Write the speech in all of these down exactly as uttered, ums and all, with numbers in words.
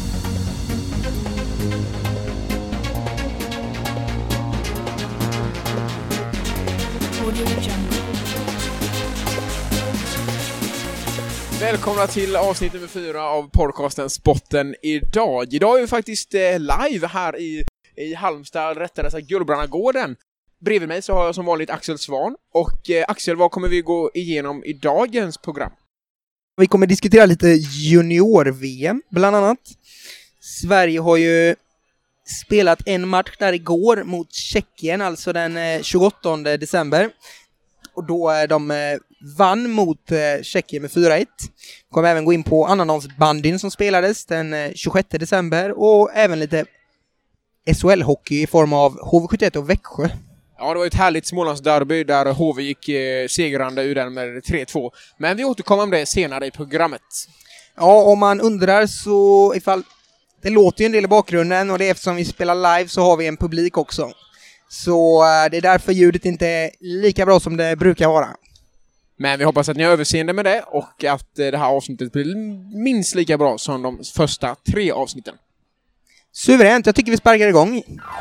Välkomna till avsnitt nummer fyra av podcasten Spotten idag. Idag är vi faktiskt eh, live här i, i Halmstad, rättare sagt Gullbrannagården. Bredvid mig så har jag som vanligt Axel Svan. Och eh, Axel, vad kommer vi gå igenom i dagens program? Vi kommer diskutera lite junior-V M bland annat. Sverige har ju spelat en match där igår mot Tjeckien, alltså den eh, tjugoåttonde december. Och då är de eh, vann mot eh, Tjeckien med fyra ett. Kommer även gå in på annandagsbandyn som spelades den eh, tjugosjätte december och även lite S H L-hockey i form av H V sjuttioett och Växjö. Ja, det var ett härligt Smålandsderby där H V gick eh, segrande ur den med tre två. Men vi återkommer om det senare i programmet. Ja, om man undrar så ifall det låter ju en del i bakgrunden och det är eftersom vi spelar live så har vi en publik också. Så eh, det är därför ljudet inte är lika bra som det brukar vara. Men vi hoppas att ni har överseende med det och att det här avsnittet blir minst lika bra som de första tre avsnitten. Suveränt, jag tycker vi sparkar igång.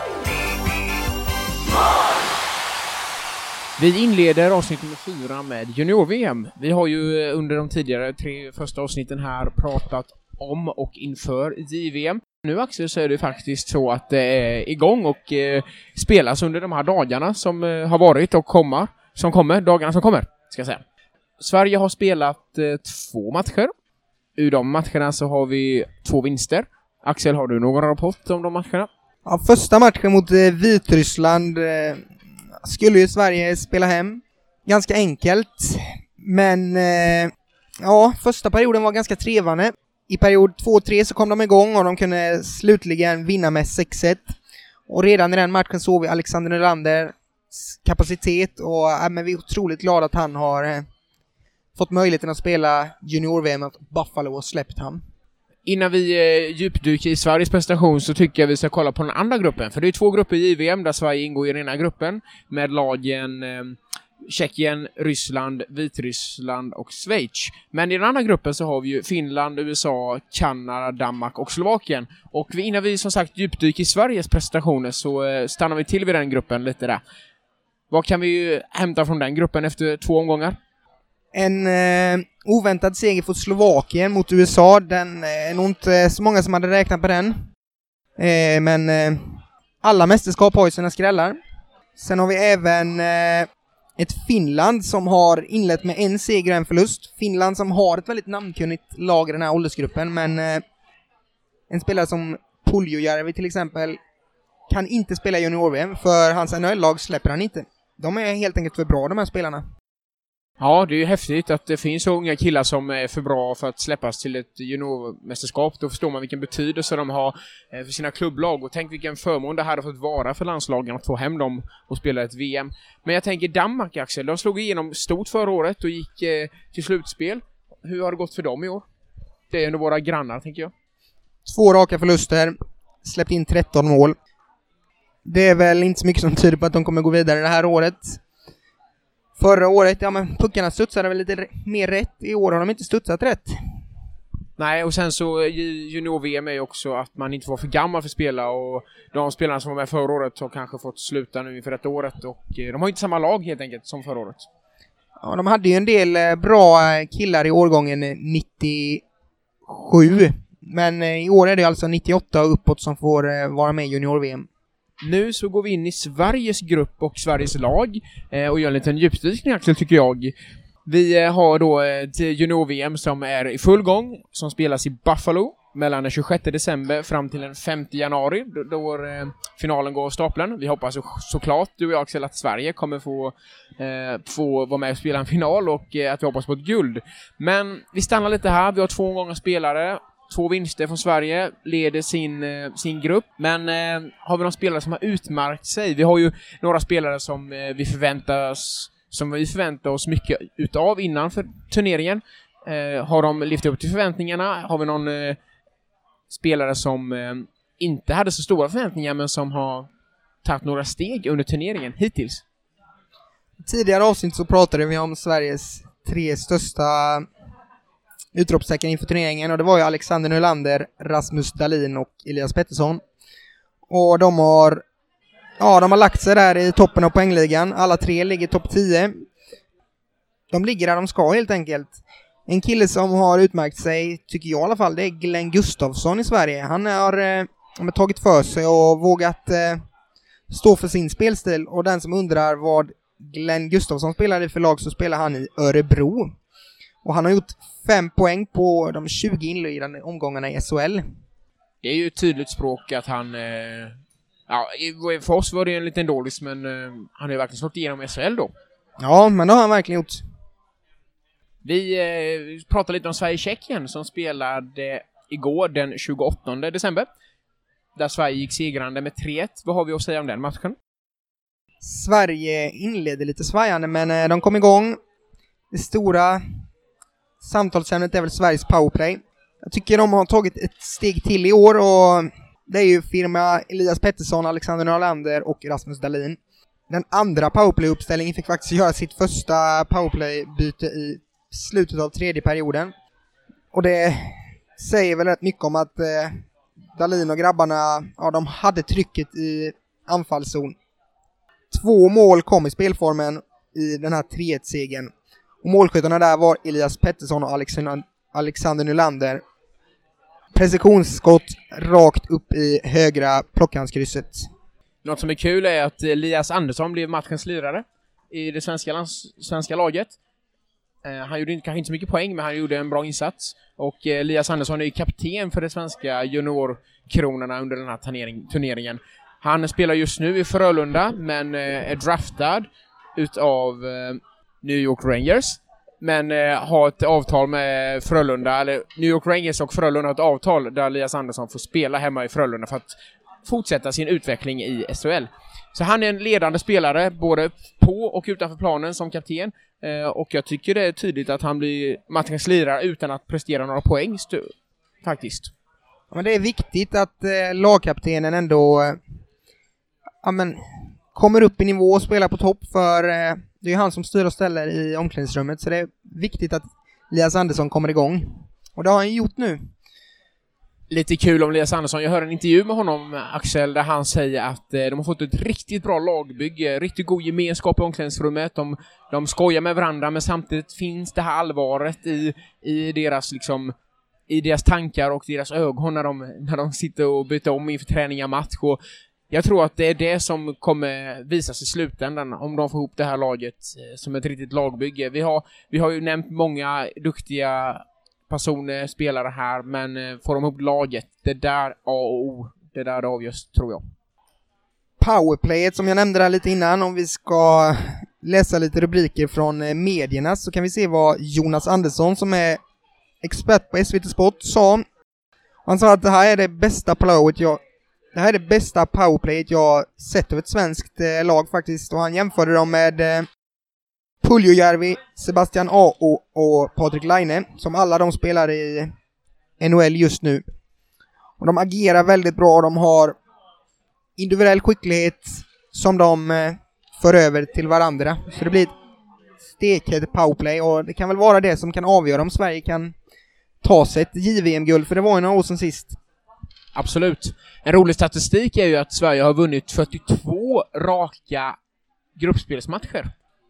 Vi inleder avsnitt nummer fyra med junior-V M. Vi har ju under de tidigare tre första avsnitten här pratat om och inför J V M. Nu Axel så är det faktiskt så att det är igång och eh, spelas under de här dagarna som eh, har varit och kommer, som kommer, dagarna som kommer. Ska jag säga. Sverige har spelat eh, två matcher. Ur de matcherna så har vi två vinster. Axel, har du någon rapport om de matcherna? Ja, första matchen mot eh, Vitryssland eh, skulle ju Sverige spela hem. Ganska enkelt. Men eh, ja, första perioden var ganska trevande. I period två tre så kom de igång och de kunde slutligen vinna med sex ett. Och redan i den matchen såg vi Alexander Nylander kapacitet och äh, men vi är otroligt glada att han har eh, fått möjligheten att spela junior-V M åt Buffalo och släppt han. Innan vi eh, djupdyker i Sveriges prestation så tycker jag vi ska kolla på den andra gruppen. För det är två grupper i J V M där Sverige ingår i den ena gruppen med lagen eh, Tjeckien, Ryssland, Vitryssland och Schweiz. Men i den andra gruppen så har vi ju Finland, U S A, Kanada, Danmark och Slovakien. Och vi, innan vi som sagt djupdyker i Sveriges prestationer så eh, stannar vi till vid den gruppen lite där. Vad kan vi ju hämta från den gruppen efter två omgångar? En eh, oväntad seger för Slovakien mot U S A. Den är nog inte så många som hade räknat på den. Eh, men eh, alla mästerskap har ju sina skrällar. Sen har vi även eh, ett Finland som har inlett med en seger och en förlust. Finland som har ett väldigt namnkunnigt lag i den här åldersgruppen. Men eh, en spelare som Puljujärvi till exempel kan inte spela junior-V M för hans N H L-lag släpper han inte. De är helt enkelt för bra, de här spelarna. Ja, det är ju häftigt att det finns så unga killar som är för bra för att släppas till ett juniormästerskap. Då förstår man vilken betydelse de har för sina klubblag. Och tänk vilken förmån det hade fått vara för landslagen att få hem dem och spela ett V M. Men jag tänker Danmark, Axel, de slog igenom stort förra året och gick eh, till slutspel. Hur har det gått för dem i år? Det är ändå våra grannar, tänker jag. Två raka förluster, släppt in tretton mål. Det är väl inte så mycket som tyder på att de kommer gå vidare det här året. Förra året, ja men puckarna studsade väl lite mer rätt. I år har de inte studsat rätt. Nej, och sen så junior-V M är ju också att man inte var för gammal för att spela. Och de spelarna som var med förra året har kanske fått sluta nu inför ett året. Och de har inte samma lag helt enkelt som förra året. Ja, de hade ju en del bra killar i årgången nittiosju. Men i år är det alltså nittioåtta och uppåt som får vara med i junior-V M. Nu så går vi in i Sveriges grupp och Sveriges lag eh, och gör en liten djupdykning, Axel, tycker jag. Vi eh, har då ett junior-V M som är i full gång, som spelas i Buffalo mellan den tjugosjätte december fram till den femte januari, då, då eh, finalen går av stapeln. Vi hoppas så, såklart, du och jag, Axel, att Sverige kommer få, eh, få vara med och spela en final och eh, att vi hoppas på ett guld. Men vi stannar lite här, vi har två gånger spelare. Två vinster från Sverige, leder sin, eh, sin grupp. Men eh, har vi några spelare som har utmärkt sig? Vi har ju några spelare som eh, vi förväntas som vi förväntar oss mycket utav innan för turneringen. Eh, har de lyft upp till förväntningarna? Har vi någon eh, spelare som eh, inte hade så stora förväntningar men som har tagit några steg under turneringen hittills? Tidigare avsnitt så pratade vi om Sveriges tre största utropstecken inför turneringen, och det var ju Alexander Nylander, Rasmus Dahlin och Elias Pettersson. Och de har ja, de har lagt sig där i toppen av poängligan. Alla tre ligger topp tio. De ligger där de ska helt enkelt. En kille som har utmärkt sig, tycker jag i alla fall, det är Glenn Gustafsson i Sverige. Han har, eh, har tagit för sig och vågat eh, stå för sin spelstil. Och den som undrar vad Glenn Gustafsson spelar i för lag, så spelar han i Örebro. Och han har gjort fem poäng på de tjugo inledande omgångarna i S H L. Det är ju ett tydligt språk att han... Eh, ja, för oss var det en liten dålig, men eh, han har ju verkligen slått igenom S H L då. Ja, men det har han verkligen gjort. Vi eh, pratade lite om Sverige-Tjeckien som spelade igår den tjugoåttonde december. Där Sverige gick segrande med tre ett. Vad har vi att säga om den matchen? Sverige inledde lite svajande, men eh, de kom igång. Det stora samtalsämnet är väl Sveriges powerplay. Jag tycker de har tagit ett steg till i år, och det är ju firma Elias Pettersson, Alexander Nylander och Rasmus Dahlin. Den andra powerplay-uppställningen fick faktiskt göra sitt första powerplay-byte i slutet av tredje perioden. Och det säger väl rätt mycket om att eh, Dahlin och grabbarna, ja, de hade trycket i anfallszon. Två mål kom i spelformen i den här tre ett-segern. Och målskyttarna där var Elias Pettersson och Alexander, Alexander Nylander. Precisionsskott rakt upp i högra plockhandskrysset. Något som är kul är att Elias Andersson blev matchens lirare i det svenska, lands- svenska laget. Eh, han gjorde inte, kanske inte så mycket poäng, men han gjorde en bra insats. Och eh, Elias Andersson är ju kapten för de svenska juniorkronorna under den här turnering- turneringen. Han spelar just nu i Frölunda, men eh, är draftad utav eh, New York Rangers. Men eh, har ett avtal med Frölunda, eller New York Rangers och Frölunda har ett avtal där Elias Andersson får spela hemma i Frölunda för att fortsätta sin utveckling i S H L. Så han är en ledande spelare både på och utanför planen som kapten. Eh, och jag tycker det är tydligt att han blir matchens lirare utan att prestera några poäng stu- faktiskt. Ja, men det är viktigt att eh, lagkaptenen ändå eh, ja, men, kommer upp i nivå och spelar på topp, för eh, det är ju han som styr och ställer i omklädningsrummet, så det är viktigt att Elias Andersson kommer igång. Och det har han gjort nu. Lite kul om Elias Andersson. Jag hörde en intervju med honom, Axel, där han säger att eh, de har fått ett riktigt bra lagbygge, riktigt god gemenskap i omklädningsrummet. De, de skojar med varandra, men samtidigt finns det här allvaret i, i deras liksom i deras tankar och deras ögon när de, när de sitter och byter om inför träning och match. Och jag tror att det är det som kommer visas i slutändan om de får ihop det här laget eh, som ett riktigt lagbygge. Vi har, vi har ju nämnt många duktiga personer, spelare här, men eh, får de ihop laget, det där A och O, det där det avgörs, tror jag. Powerplayet som jag nämnde där lite innan, om vi ska läsa lite rubriker från eh, medierna, så kan vi se vad Jonas Andersson, som är expert på S V T Sport, sa. Han sa att det här är det bästa powerplayet jag Det här är det bästa powerplayet jag sett av ett svenskt eh, lag faktiskt. Och han jämförde dem med eh, Puljujärvi, Sebastian Aho och Patrik Laine, som alla de spelar i N H L just nu. Och de agerar väldigt bra, och de har individuell skicklighet som de eh, för över till varandra. Så det blir ett stekhett powerplay, och det kan väl vara det som kan avgöra om Sverige kan ta sig ett J V M-guld, för det var ju några år sedan sist. Absolut. En rolig statistik är ju att Sverige har vunnit fyrtiotvå raka gruppspelsmatcher.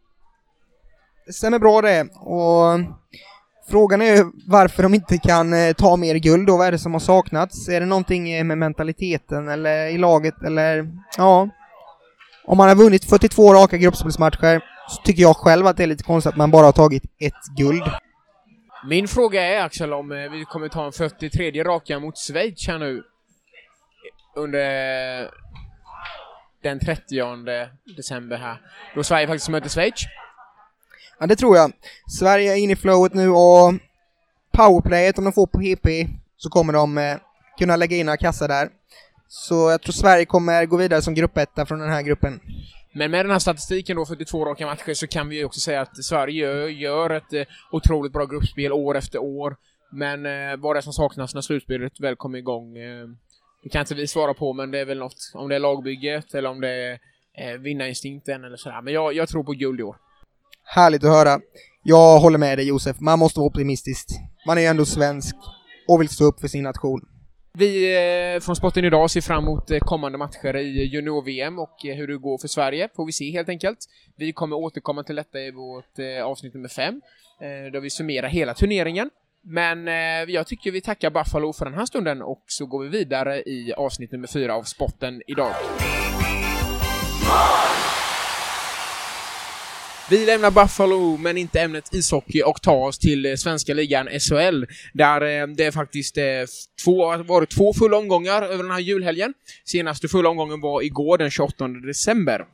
Det stämmer bra det. Och frågan är ju varför de inte kan eh, ta mer guld, och vad är det som har saknats? Är det någonting med mentaliteten eller i laget, eller ja. Om man har vunnit fyrtiotvå raka gruppspelsmatcher, så tycker jag själv att det är lite konstigt att man bara har tagit ett guld. Min fråga är, Axel, om eh, vi kommer ta en fyrtiotredje raka mot Schweiz här nu under den trettionde december här, då Sverige faktiskt möter Schweiz. Ja, det tror jag. Sverige är inne i flowet nu, och powerplayet, om de får på P P, så kommer de eh, kunna lägga in några kassar där. Så jag tror Sverige kommer gå vidare som gruppetta från den här gruppen. Men med den här statistiken då, fyrtiotvå raka matcher, så kan vi ju också säga att Sverige gör ett eh, otroligt bra gruppspel år efter år. Men eh, vad det är som saknas när slutspelet väl kommer igång, eh, det kan inte vi svara på, men det är väl något, om det är lagbygget eller om det är eh, vinnarinstinkten eller sådär. Men jag, jag tror på guld i år. Härligt att höra. Jag håller med dig, Josef. Man måste vara optimistisk. man är ju ändå svensk och vill stå upp för sin nation. Vi eh, från Sporten idag ser fram emot eh, kommande matcher i junior-V M och eh, hur det går för Sverige, får vi se helt enkelt. Vi kommer återkomma till detta i vårt eh, avsnitt nummer fem, eh, där vi summerar hela turneringen. Men eh, jag tycker vi tackar Buffalo för den här stunden och så går vi vidare i avsnitt nummer fyra av Sporten idag. Vi lämnar Buffalo men inte ämnet ishockey och tar oss till svenska ligan S H L där det är faktiskt två, varit två fulla omgångar över den här julhelgen. Senaste fulla omgången var igår den tjugoåttonde december.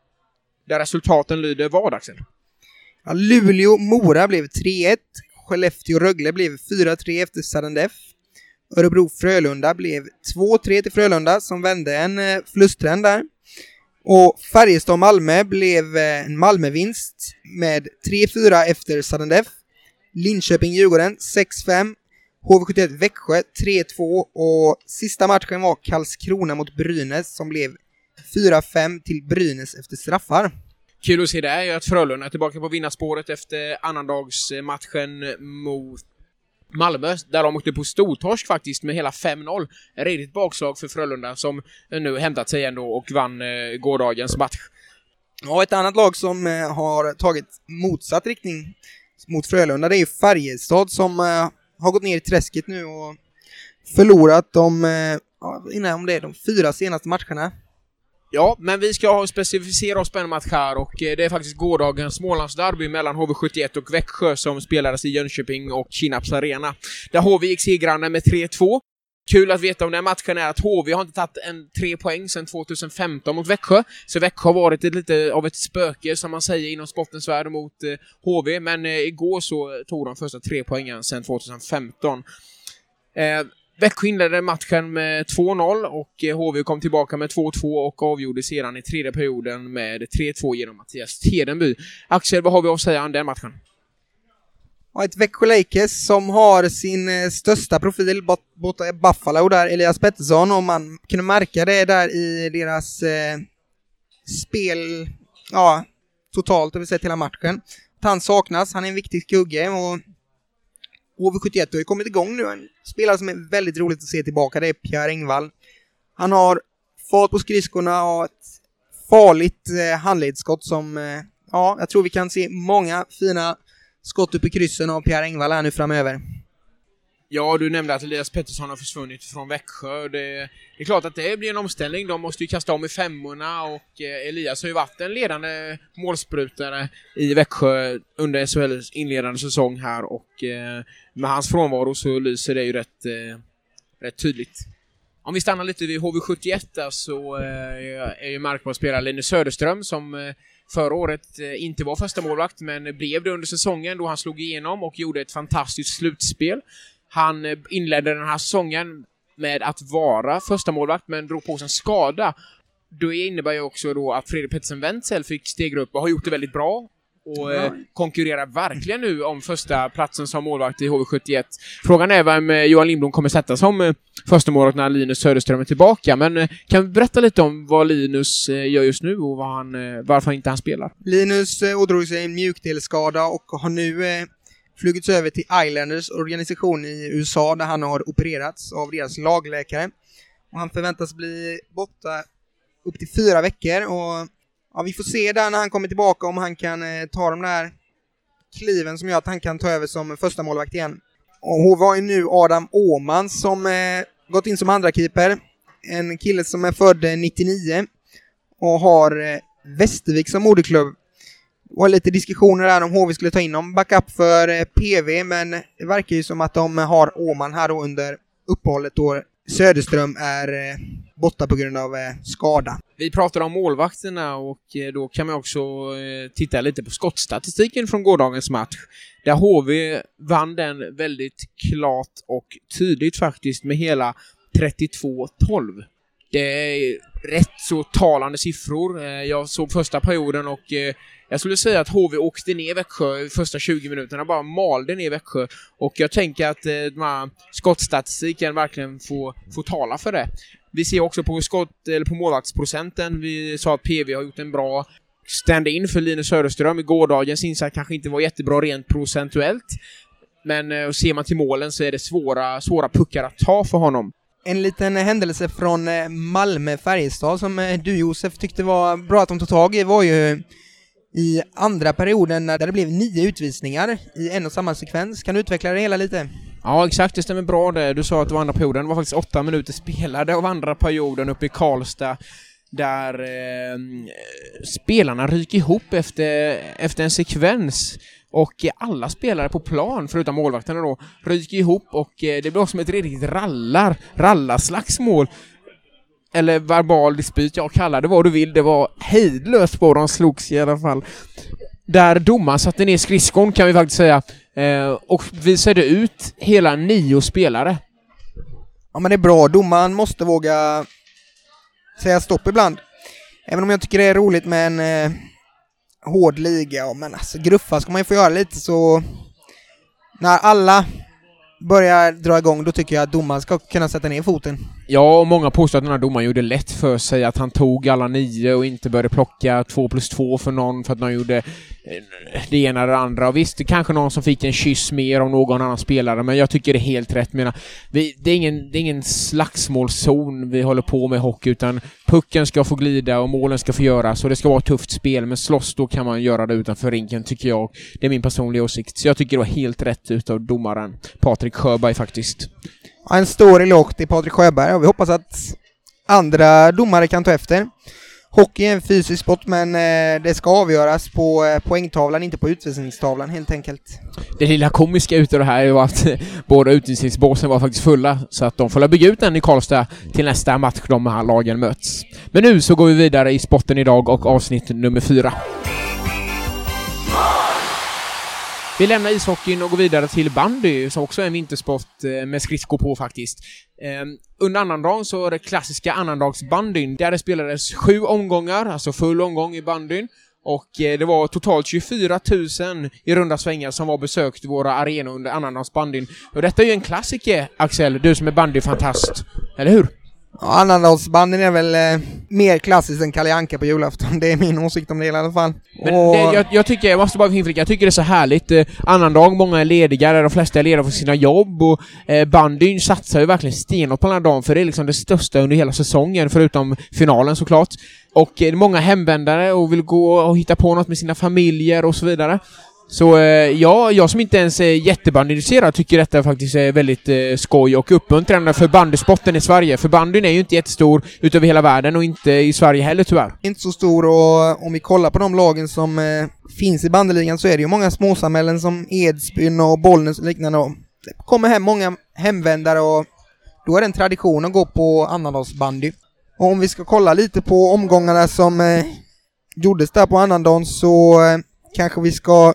Där resultaten lyder vad, Axel? Ja, Luleå-Mora blev tre ett, Skellefteå-Rögle blev fyra tre efter sudden death. Örebro-Frölunda blev två tre till Frölunda som vände en förlusttrend där. Och Färjestad-Malmö blev en Malmö-vinst med tre fyra efter sudden death. Linköping-Djurgården sex fem. H V sjuttioett Växjö tre två. Och sista matchen var Karlskrona mot Brynäs som blev fyra fem till Brynäs efter straffar. Kul att se det är att Frölunda är tillbaka på vinnarspåret efter annandagsmatchen mot Malmö, där de åkte på stortorsk faktiskt med hela fem noll. Ett riktigt bakslag för Frölunda som nu hämtat sig ändå och vann eh, gårdagens match. Ja, ett annat lag som eh, har tagit motsatt riktning mot Frölunda, det är ju Färjestad som eh, har gått ner i träsket nu och förlorat de, eh, innan om det är de fyra senaste matcherna. Ja, men vi ska specificera oss på en match här och det är faktiskt gårdagens Smålandsderby mellan H V sjuttioett och Växjö som spelades i Jönköping och Kinnarps arena. Där H V gick segrande med tre två. Kul att veta om den matchen är att H V har inte tagit en tre poäng sedan tjugohundrafemton mot Växjö. Så Växjö har varit ett, lite av ett spöke som man säger inom sportens värld mot eh, H V. Men eh, igår så tog de första tre poängen sedan tjugohundrafemton. Eh, Växjö inledde matchen med två noll och H V kom tillbaka med två två och avgjorde sedan i tredje perioden med tre två genom Mattias Tedenby. Axel, vad har vi att säga om den matchen? Ja, ett Växjö Lakers som har sin eh, största profil borta i Buffalo där, Elias Pettersson, och man kunde märka det där i deras eh, spel, ja, totalt, det vill säga hela matchen. Att han saknas, han är en viktig skugge och H V sjuttioett har ju kommit igång nu. En spelare som är väldigt roligt att se tillbaka, det är Pierre Engvall. Han har fart på skridskorna och ett farligt eh, handledsskott som, eh, ja, jag tror vi kan se många fina skott upp i kryssen av Pierre Engvall här nu framöver. Ja, du nämnde att Elias Pettersson har försvunnit från Växjö. Det, det är klart att det blir en omställning. De måste ju kasta om i femmorna och eh, Elias har ju varit en ledande målsprutare i Växjö under S H L:s inledande säsong här och eh, med hans frånvaro så lyser det ju rätt, eh, rätt tydligt. Om vi stannar lite vid H V sjuttioett där, så eh, är ju markmålsspelare Linus Söderström som eh, förra året eh, inte var första målvakt men blev det under säsongen då han slog igenom och gjorde ett fantastiskt slutspel. Han inledde den här säsongen med att vara första målvakt men drog på sig en skada. Det innebär ju också då att Fredrik Pettersson Wenzel fick stegra upp och har gjort det väldigt bra. Och eh, konkurrerar verkligen nu om första platsen som målvakt i H V sjuttioett. Frågan är vem eh, Johan Lindblom kommer sätta som eh, första målvakt när Linus Söderström är tillbaka. Men eh, kan vi berätta lite om vad Linus eh, gör just nu och vad han, eh, varför inte han spelar? Linus eh, ådrog sig en mjukdelsskada och har nu eh, flugits över till Islanders organisation i U S A där han har opererats av deras lagläkare. Och han förväntas bli borta upp till fyra veckor och ja, vi får se där när han kommer tillbaka om han kan eh, ta de där kliven som gör att han kan ta över som första målvakt igen. Och hon var ju nu Adam Åman som eh, gått in som andra keeper. En kille som är född nittionio och har eh, Västervik som moderklubb. Det var lite diskussioner där om H V skulle ta in om backup för eh, P V, men det verkar ju som att de har Åman här då under uppehållet då Söderström är eh, borta på grund av eh, skada. Vi pratar om målvakterna och eh, då kan man också eh, titta lite på skottstatistiken från gårdagens match. Där H V vann den väldigt klart och tydligt faktiskt med hela trettiotvå tolv. Det är rätt så talande siffror. Eh, jag såg första perioden och eh, jag skulle säga att H V åkte ner Växjö i första tjugo minuterna, bara malde ner Växjö. Och jag tänker att eh, de här skottstatistiken verkligen får, får tala för det. Vi ser också på skott eller på målvaktsprocenten. Vi sa att P V har gjort en bra stand-in för Linus Söderström. I gårdagens insats kanske inte var jättebra rent procentuellt. Men eh, ser man till målen så är det svåra, svåra puckar att ta för honom. En liten händelse från Malmö-Färjestad som du, Josef, tyckte var bra att de tog tag i var ju i andra perioden där det blev nio utvisningar i en och samma sekvens. Kan du utveckla det hela lite? Ja, exakt. Det stämmer bra det. Du sa att det var andra perioden. Det var faktiskt åtta minuter spelade av andra perioden uppe i Karlstad där eh, spelarna ryker ihop efter, efter en sekvens. Och alla spelare på plan, förutom målvakterna då, ryker ihop och eh, det blir som ett riktigt rallar, rallarslagsmål. Eller verbal dispyt, jag kallar det vad du vill. Det var hejdlöst på de slogs i alla fall. Där domaren satte ner skridskon, kan vi faktiskt säga. Eh, och visade ut hela nio spelare. Ja, men det är bra. Domaren måste våga säga stopp ibland. Även om jag tycker det är roligt med en eh, hård liga. Men alltså, gruffa ska man ju få göra lite, så när alla börjar dra igång, då tycker jag att domaren ska kunna sätta ner foten. Ja, och många påstår att den här domaren gjorde lätt för sig, att han tog alla nio och inte började plocka två plus två för någon för att någon gjorde det ena eller det andra. Och visst, det kanske någon som fick en kyss mer av någon annan spelare, men jag tycker det är helt rätt. Menar, vi, det, är ingen, det är ingen slagsmålszon vi håller på med hockey, utan pucken ska få glida och målen ska få göras, och det ska vara ett tufft spel, men slåss då kan man göra det utanför rinken, tycker jag. Det är min personliga åsikt. Så jag tycker det var helt rätt utav domaren Patrik Sjöberg faktiskt. En stor eloge till Patrik Sjöberg, och vi hoppas att andra domare kan ta efter. Hockey är en fysisk sport, men eh, det ska avgöras på eh, poängtavlan, inte på utvisningstavlan helt enkelt. Det lilla komiska utav det här är att båda utvisningsbåsen var faktiskt fulla, så att de får bygga ut den i Karlstad till nästa match de här lagen möts. Men nu så går vi vidare i sporten idag och avsnitt nummer fyra. Vi lämnar ishockeyn och går vidare till bandy, som också är en vintersport med skridskor på faktiskt. Eh, under annandagen så är det klassiska annandagsbandyn, där det spelades sju omgångar, alltså full omgång i bandyn. Och eh, det var totalt tjugofyra tusen i runda svängar som var besökt våra arenor under annandagsbandyn. Och detta är ju en klassiker, Axel, du som är bandyfantast, eller hur? Ja, annandagsbandyn är väl eh, mer klassiskt än Kalle Anka på julafton. Det är min åsikt om det i alla fall. Men och... det, jag, jag tycker, jag måste bara inflika, jag tycker det är så härligt. Eh, annandag, många är lediga, de flesta är lediga för sina jobb, och eh, bandyn satsar ju verkligen stenhårt på den här dagen, för det är liksom det största under hela säsongen, förutom finalen såklart. Och eh, många hemvändare och vill gå och hitta på något med sina familjer och så vidare. Så eh, ja, jag som inte ens är jättebandyintresserad tycker detta faktiskt är väldigt eh, skoj och uppmuntrande för bandysporten i Sverige. För bandyn är ju inte jättestor utöver hela världen, och inte i Sverige heller tyvärr. Inte så stor, och om vi kollar på de lagen som eh, finns i bandyligan, så är det ju många småsamhällen som Edsbyn och Bollnäs och liknande. Och det kommer hem många hemvändare, och då är det en tradition att gå på annandagsbandy. Och om vi ska kolla lite på omgångarna som eh, gjordes där på annandagen, så eh, kanske vi ska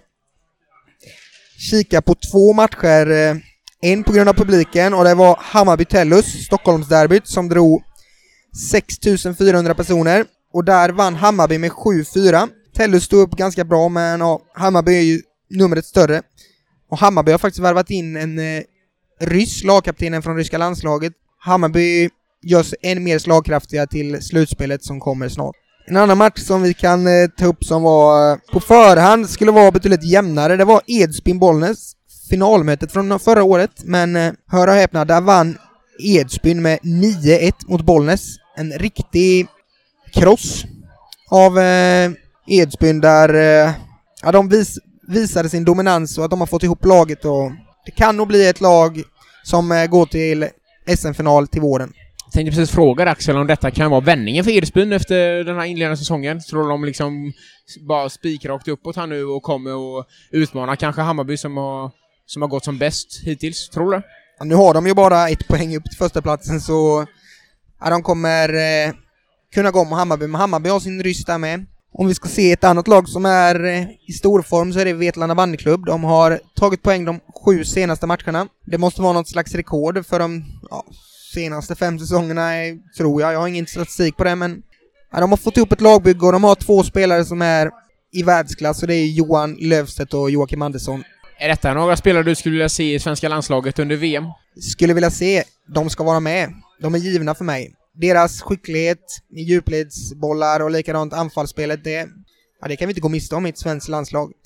kika på två matcher. En på grund av publiken, och det var Hammarby-Tellus, Stockholmsderbyt, som drog sex tusen fyrahundra personer. Och där vann Hammarby med sju fyra. Tellus stod upp ganska bra, men ja, Hammarby är ju numret större. Och Hammarby har faktiskt värvat in en eh, ryss lagkaptenen från ryska landslaget. Hammarby gör sig än mer slagkraftiga till slutspelet som kommer snart. En annan match som vi kan eh, ta upp, som var eh, på förhand skulle vara betydligt jämnare, det var Edsbyn-Bollnäs, finalmötet från förra året. Men eh, hör och häpna, där vann Edsbyn med nio ett mot Bollnäs. En riktig kross av eh, Edsbyn, där eh, ja, de vis- visade sin dominans och att de har fått ihop laget. Och det kan nog bli ett lag som eh, går till S M-final till våren. Jag tänkte precis fråga Axel om detta kan vara vändningen för Edsbyn efter den här inledande säsongen. Tror de liksom bara spikrakt uppåt här nu och kommer och utmana kanske Hammarby som har, som har gått som bäst hittills, tror du? Ja, nu har de ju bara ett poäng upp till första platsen, så ja, de kommer eh, kunna gå med Hammarby. Men Hammarby har sin ryss där med. Om vi ska se ett annat lag som är eh, i stor form, så är det Vetlanda bandyklubb. De har tagit poäng de sju senaste matcherna. Det måste vara något slags rekord för de ja, senaste fem säsongerna, tror jag. Jag har ingen statistik på det, men ja, de har fått ihop ett lagbygge, och de har två spelare som är i världsklass, och det är Johan Löfstedt och Joakim Andersson. Är detta några spelare du skulle vilja se i svenska landslaget under V M? Skulle vilja se, de ska vara med. De är givna för mig. Deras skicklighet i djupledsbollar och likadant anfallsspelet, det, ja, det kan vi inte gå miste om i ett svenskt landslag.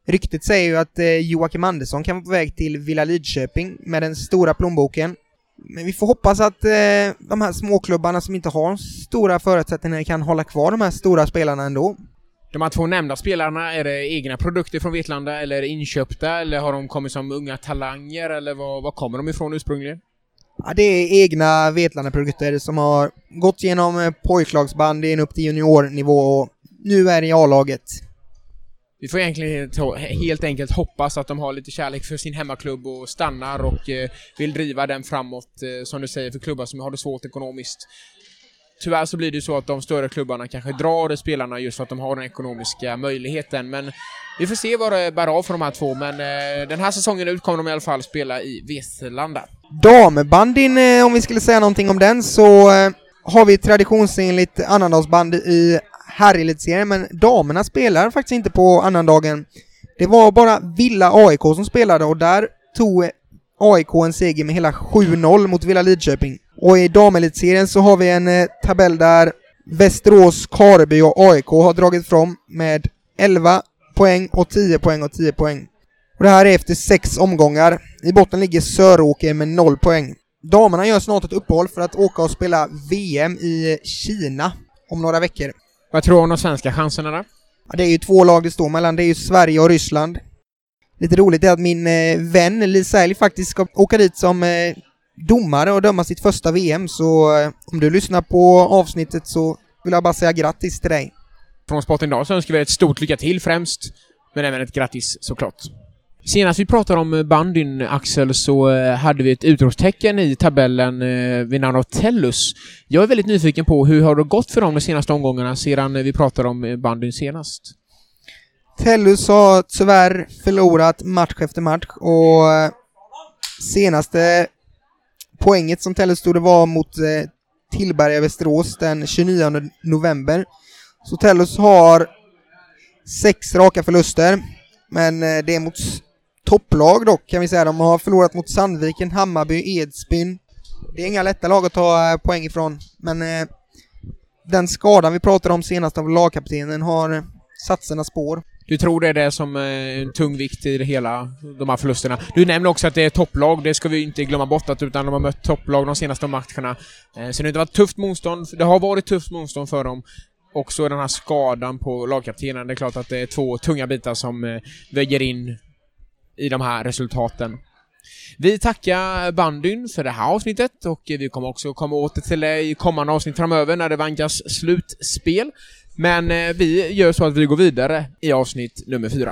Ryktet säger ju att eh, Joakim Andersson kan vara på väg till Villa Lidköping med den stora plånboken. Men vi får hoppas att eh, de här småklubbarna som inte har stora förutsättningar kan hålla kvar de här stora spelarna ändå. De här två nämnda spelarna, är det egna produkter från Vetlanda eller är det inköpta eller har de kommit som unga talanger eller vad, vad kommer de ifrån ursprungligen? Ja, det är egna Vetlanda-produkter som har gått genom pojklagsband in upp till juniornivå och nu är det i A-laget. Vi får egentligen helt enkelt hoppas att de har lite kärlek för sin hemmaklubb och stannar och eh, vill driva den framåt, eh, som du säger, för klubbar som har det svårt ekonomiskt. Tyvärr så blir det så att de större klubbarna kanske drar spelarna just för att de har den ekonomiska möjligheten. Men vi får se vad det bär av för de här två. Men eh, den här säsongen ut kommer de i alla fall spela i Vetlanda. Dambandyn, eh, om vi skulle säga någonting om den, så eh, har vi traditionsenligt annandagsband i herrelitserien. Men damerna spelar faktiskt inte på annandagen. Det var bara Villa A I K som spelade och där tog A I K en seger med hela sju noll mot Villa Lidköping. Och i damelitserien så har vi en eh, tabell där Västerås, Kareby och A I K har dragit fram med elva poäng och tio poäng och tio poäng. Och det här är efter sex omgångar. I botten ligger Söråker med noll poäng. Damerna gör snart ett uppehåll för att åka och spela V M i Kina om några veckor. Vad tror du om de svenska chanserna då? Ja, det är ju två lag det står mellan. Det är ju Sverige och Ryssland. Lite roligt är att min eh, vän Lisa Elg faktiskt ska åka dit som eh, domare och döma sitt första V M. Så eh, om du lyssnar på avsnittet så vill jag bara säga grattis till dig. Från Sporten idag så önskar vi ett stort lycka till främst, men även ett grattis såklart. Senast vi pratade om bandyn, Axel, så hade vi ett utropstecken i tabellen vid namn av Tellus. Jag är väldigt nyfiken på hur har det gått för dem de senaste omgångarna sedan vi pratade om bandyn senast? Tellus har tyvärr förlorat match efter match och senaste poänget som Tellus stod var mot Tillberga Västerås den tjugonionde november. Så Tellus har sex raka förluster, men det är mot topplag dock kan vi säga. De har förlorat mot Sandviken, Hammarby, Edsbyn. Det är inga lätta lag att ta poäng ifrån, men eh, den skadan vi pratade om senast av lagkaptenen har satt sina spår. Du tror det är det som är en tung vikt i det hela, de här förlusterna. Du nämner också att det är topplag, det ska vi inte glömma bort, att utan de har mött topplag de senaste matcherna. Eh, så det har inte varit tufft motstånd, det har varit tufft motstånd för dem. Också den här skadan på lagkaptenen, det är klart att det är två tunga bitar som eh, väger in i de här resultaten. Vi tackar bandyn för det här avsnittet och vi kommer också komma åter till det i kommande avsnitt framöver när det vankas slutspel. Men eh, vi gör så att vi går vidare i avsnitt nummer fyra.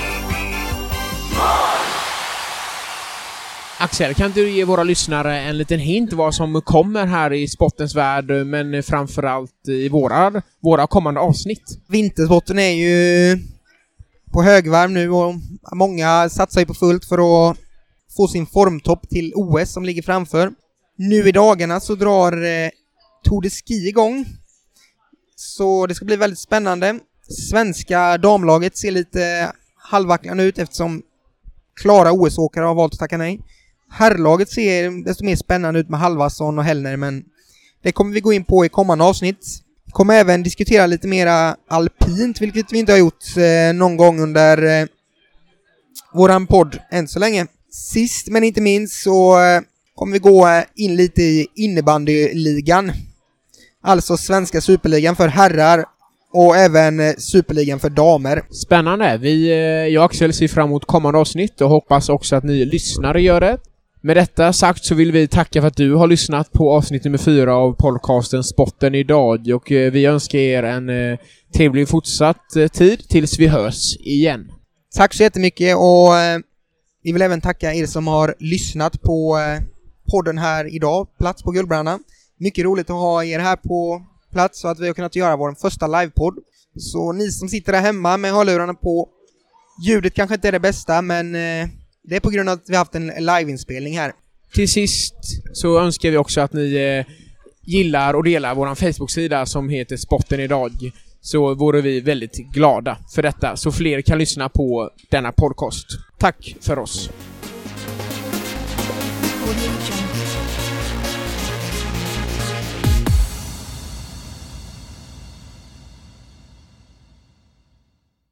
Axel, kan du ge våra lyssnare en liten hint vad som kommer här i sportens värld, men framförallt i våra, våra kommande avsnitt? Vintersporten är ju på högvarv nu och många satsar ju på fullt för att få sin formtopp till O S som ligger framför. Nu i dagarna så drar eh, Tour de Ski igång. Så det ska bli väldigt spännande. Svenska damlaget ser lite halvvacklande ut eftersom klara O S-åkare har valt att tacka nej. Herrlaget ser desto mer spännande ut med Halvarsson och Hellner, men det kommer vi gå in på i kommande avsnitt. Vi kommer även diskutera lite mera alpint, vilket vi inte har gjort eh, någon gång under eh, våran podd än så länge. Sist men inte minst så eh, kommer vi gå in lite i innebandyligan. Alltså svenska superligan för herrar och även eh, superligan för damer. Spännande. Vi, eh, jag och Axel ser fram emot kommande avsnitt och hoppas också att ni lyssnare gör det. Med detta sagt så vill vi tacka för att du har lyssnat på avsnitt nummer fyra av podcasten Sporten idag, och eh, vi önskar er en eh, trevlig fortsatt eh, tid tills vi hörs igen. Tack så jättemycket och eh, vi vill även tacka er som har lyssnat på eh, podden här idag, plats på Guldbränna. Mycket roligt att ha er här på plats så att vi har kunnat göra vår första livepodd. Så ni som sitter där hemma med hörlurarna på, ljudet kanske inte är det bästa, men eh, det är på grund av att vi har haft en liveinspelning här. Till sist så önskar vi också att ni eh, gillar och delar vår Facebook-sida som heter Sporten idag. Så vore vi väldigt glada för detta, så fler kan lyssna på denna podcast. Tack för oss. Audio Jungle.